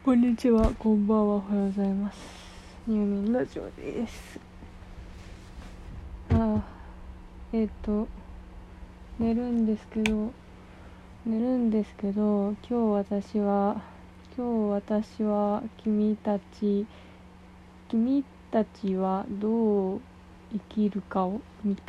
こんにちは、こんばんは、おはようございます。ニューミンラジオです。あ寝るんですけど、今日私は君たちはどう生きるかを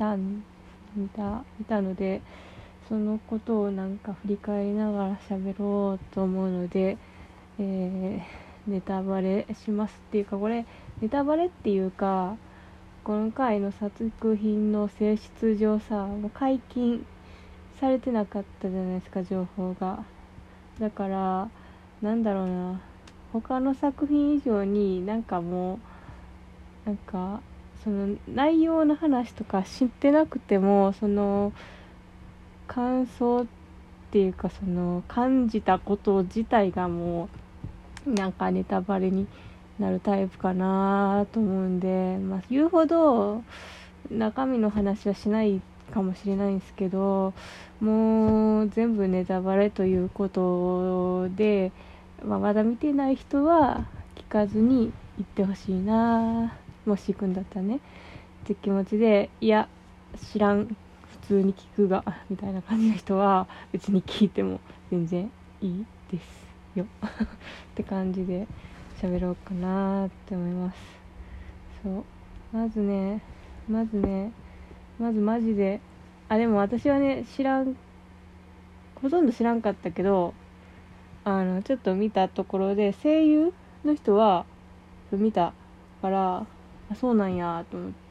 見たので、そのことをなんか振り返りながら喋ろうと思うので、ネタバレしますっていうか、これネタバレっていうか、今回の作品の性質上さ、もう解禁されてなかったじゃないですか、情報が。だからなんだろうな、他の作品以上になんかもうなんかその内容の話とか知ってなくても、その感想っていうか、その感じたこと自体がもうなんかネタバレになるタイプかなと思うんで、言うほど中身の話はしないかもしれないんですけど、もう全部ネタバレということで、まだ見てない人は聞かずに行ってほしいな、もし行くんだったらねって気持ちで、いや知らん、普通に聞くがみたいな感じの人は別に聞いても全然いいですよって感じで喋ろうかなって思います。そうまずねまずマジで、でも私はね、ほとんど知らんかったけど、ちょっと見たところで声優の人は見たから、そうなんやと思って、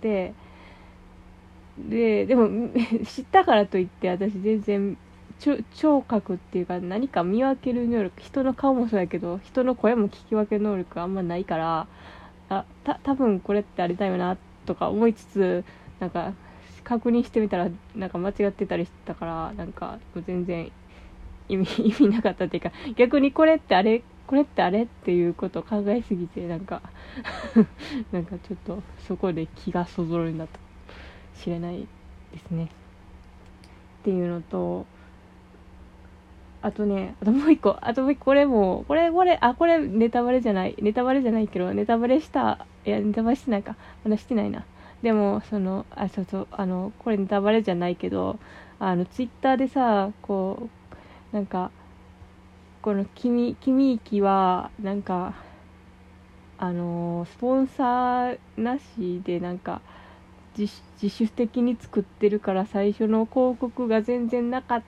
でも知ったからといって私全然聴覚っていうか、何か見分ける能力、人の顔もそうやけど人の声も聞き分ける能力あんまないから、多分これってあれだよなとか思いつつ、なんか確認してみたらなんか間違ってたりしてたから、なんか全然意味なかったっていうか、逆にこれってあれっていうことを考えすぎて、なんかなんかちょっとそこで気がそぞろになったかもしれないですねっていうのと、あともう一個、これネタバレじゃないけど、ネタバレしてないか、まだしてないな。でもそうそう、これネタバレじゃないけど、ツイッターでさ、こうなんか、この君ikiはなんかスポンサーなしでなんか自主的に作ってるから、最初の広告が全然なかった、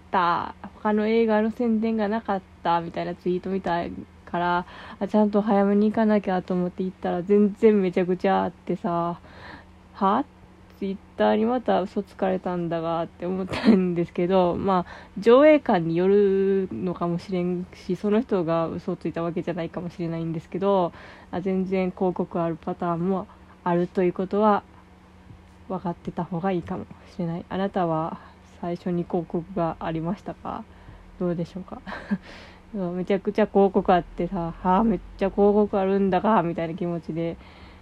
他の映画の宣伝がなかったみたいなツイート見たから、ちゃんと早めに行かなきゃと思って行ったら全然めちゃくちゃあってさ、ツイッターにまた嘘つかれたんだがって思ったんですけど、上映館によるのかもしれんし、その人が嘘をついたわけじゃないかもしれないんですけど、全然広告あるパターンもあるということは分かってた方がいいかもしれない。あなたは最初に広告がありましたか？どうでしょうかめちゃくちゃ広告あってさ、めっちゃ広告あるんだかみたいな気持ちで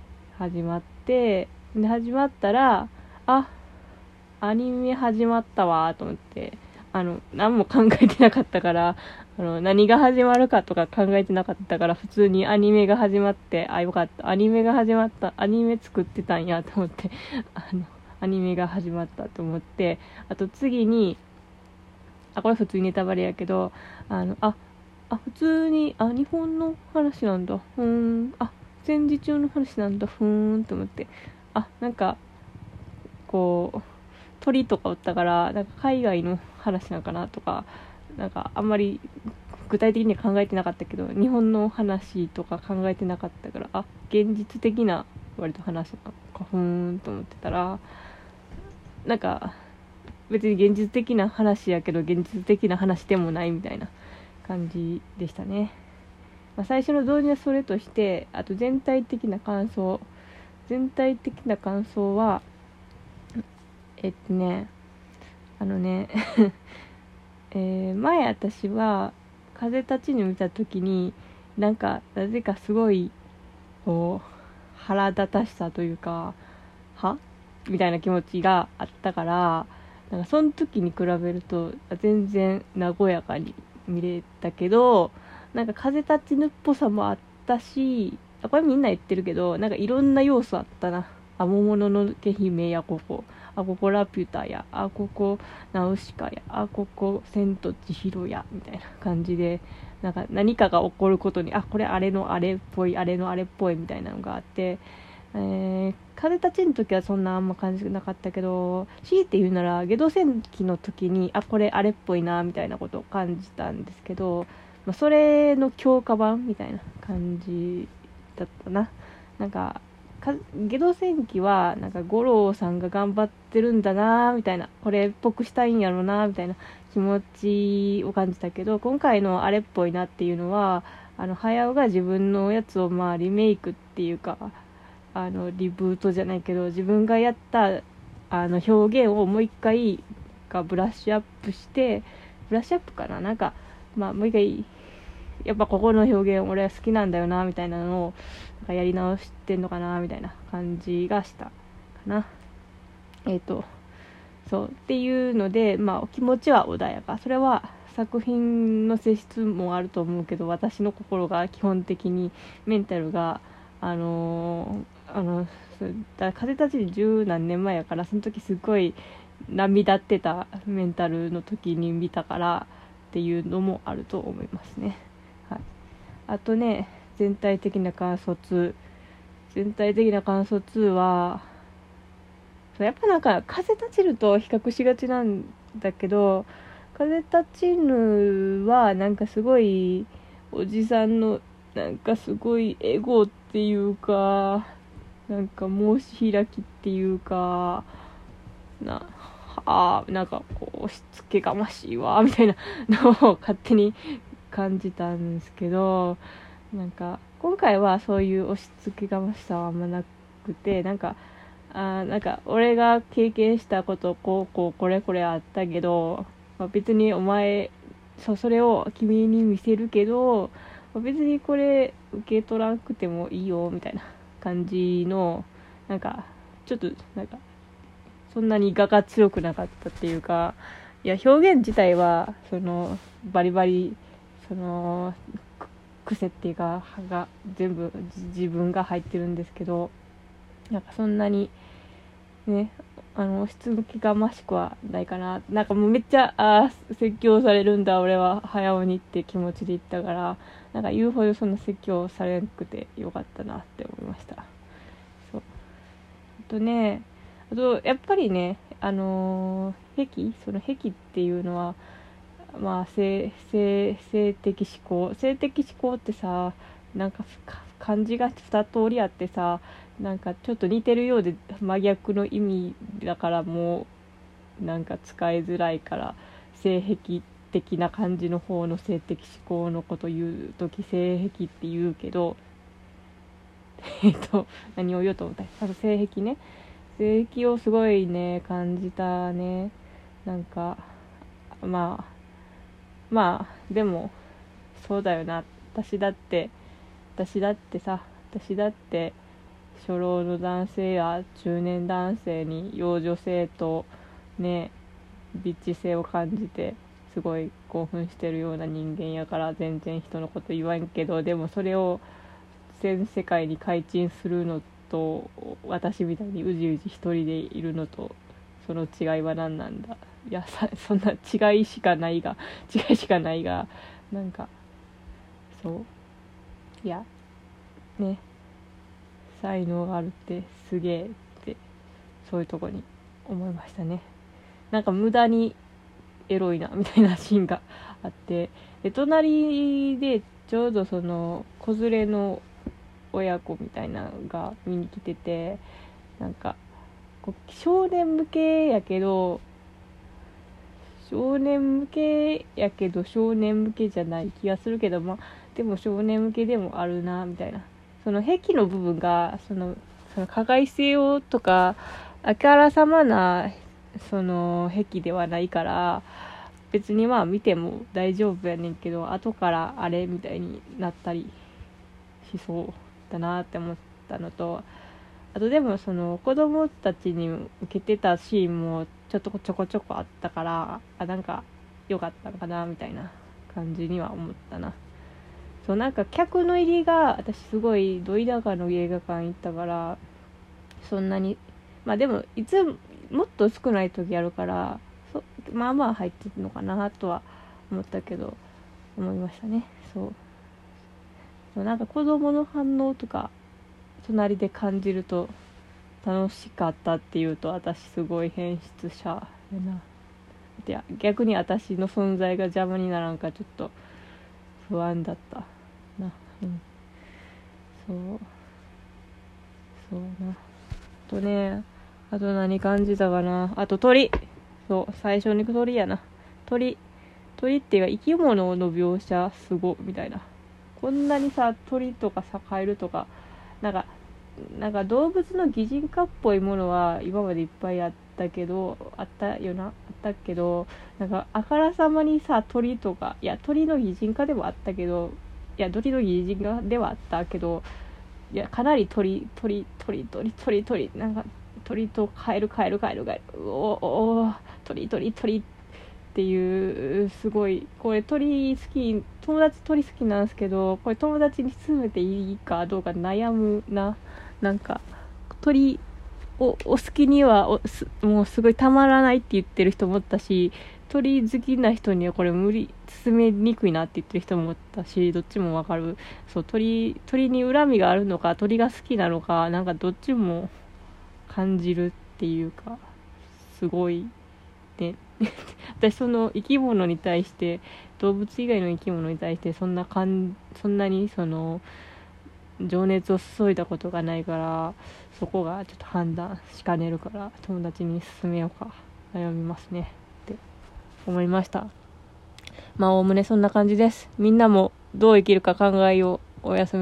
始まったら、あ、アニメ始まったわと思って、何も考えてなかったから、何が始まるかとか考えてなかったから、普通にアニメが始まって、よかった、アニメが始まった、アニメ作ってたんやと思って、アニメが始まったと思って、あと次に、これ普通にネタバレやけど、普通に、日本の話なんだ、戦時中の話なんだ、と思って、なんか、こう、鳥とかおったから、なんか海外の話なのかなとか、なんかあんまり具体的には考えてなかったけど、日本の話とか考えてなかったから、現実的な割と話なのか、と思ってたら、なんか別に現実的な話やけど現実的な話でもないみたいな感じでしたね。最初の導入はそれとして、あと全体的な感想は、えっとねあのね前私は風立ちぬ見た時に、なぜかすごいこう腹立たしさというか、みたいな気持ちがあったから、なんかその時に比べると全然和やかに見れたけど、 なんか風立ちぬっぽさもあったし、これみんな言ってるけど、なんかいろんな要素あったな。桃ののけ姫やここ、ここラピュタや、ここナウシカや、ここ千と千尋や、みたいな感じで、なんか何かが起こることに、これあれのあれっぽい、あれのあれっぽいみたいなのがあって、風立ちの時はそんなあんま感じなかったけど、強いて言うならゲド戦記の時にこれあれっぽいなみたいなことを感じたんですけど、それの強化版みたいな感じだったな。なんかゲド戦記はなんか五郎さんが頑張ってるんだなみたいな、これっぽくしたいんやろなみたいな気持ちを感じたけど、今回のあれっぽいなっていうのは早尾が自分のやつをリメイクっていうかリブートじゃないけど、自分がやった表現をもう一回ブラッシュアップして、ブラッシュアップかな、なんかもう一回やっぱここの表現俺は好きなんだよなみたいなのをなんかやり直してんのかなみたいな感じがしたかな。そうっていうので、気持ちは穏やか。それは作品の性質もあると思うけど、私の心が基本的にメンタルが風立ちぬ十何年前やから、その時すごい涙ってたメンタルの時に見たからっていうのもあると思いますね。はい、あとね、全体的な感想2は、やっぱなんか風立ちぬと比較しがちなんだけど、風立ちぬはなんかすごいおじさんのなんかすごいエゴっていうか、なんか申し開きっていうかなんかこう押し付けがましいわみたいなのを勝手に感じたんですけど、なんか今回はそういう押し付けがましさはあんまなくて、なんか俺が経験したことこれあったけど、別にお前それを君に見せるけど、別にこれ受け取らなくてもいいよみたいな感じの、なんかちょっとなんかそんなに我が強くなかったっていうか、いや表現自体はそのバリバリその癖っていうかが全部自分が入ってるんですけど、なんかそんなにね、押しつけがましくはないかな。なんかもうめっちゃ説教されるんだ俺は早尾にって気持ちで言ったから、なんか言うほどそんな説教されなくてよかったなって思いました。そう、あとやっぱりね、その癖っていうのは性的思考ってさ、なんか漢字が2通りあってさ、なんかちょっと似てるようで真逆の意味だから、もうなんか使いづらいから、性癖的な感じの方の性的思考のこと言うとき性癖って言うけど何を言おうと思った。あと性癖ね、性癖をすごいね感じたね。なんかでもそうだよな。私だって初老の男性や中年男性に幼女性とねビッチ性を感じてすごい興奮してるような人間やから、全然人のこと言わんけど、でもそれを全世界に開陳するのと、私みたいにうじうじ一人でいるのと、その違いは何なんだ。いやそんな違いしかないがなんかそういやね、才能があるってすげえって、そういうとこに思いましたね。なんか無駄にエロいなみたいなシーンがあって、で隣でちょうどその子連れの親子みたいなのが見に来てて、なんかこう少年向けやけど少年向けじゃない気がするけど、でも少年向けでもあるなみたいな。その癖の部分がその加害性をとかあからさまなその癖ではないから、別に見ても大丈夫やねんけど、後からあれみたいになったりしそうだなって思ったのと、あとでもその子供たちに受けてたシーンもちょこちょこあったから、なんか良かったのかなみたいな感じには思ったな。 そうなんか客の入りが私すごいど田舎の映画館行ったからそんなにまあでもいつもっと少ない時あるからまあまあ入ってるのかなとは思ったけど思いましたね。そうなんか子供の反応とか隣で感じると楽しかったっていうと私すごい変質者やな。いや逆に私の存在が邪魔にならんかちょっと不安だったな。そうな。あと何感じたかな。あと鳥。そう最初に鳥やな。鳥っていうか生き物の描写すごみたいな。こんなにさ鳥とかさカエルとかなんか動物の擬人化っぽいものは今までいっぱいあったけどなんかあからさまにさ鳥とかいや鳥の擬人化でもあったけどいや鳥の擬人化ではあったけどいやかなり鳥なんか鳥とカエルお鳥っていうすごいこれ友達鳥好きなんですけどこれ友達に勧めていいかどうか悩むな。なんか鳥をお好きにはもうすごいたまらないって言ってる人もおったし鳥好きな人にはこれ勧めにくいなって言ってる人もおったしどっちもわかる。そう鳥に恨みがあるのか鳥が好きなのかなんかどっちも感じるっていうかすごいね私その生き物に対して動物以外の生き物に対してそんなにその情熱を注いだことがないからそこがちょっと判断しかねるから友達に勧めようか悩みますねって思いました。まあおおむねそんな感じです。みんなもどう生きるか考えよう。おやすみ。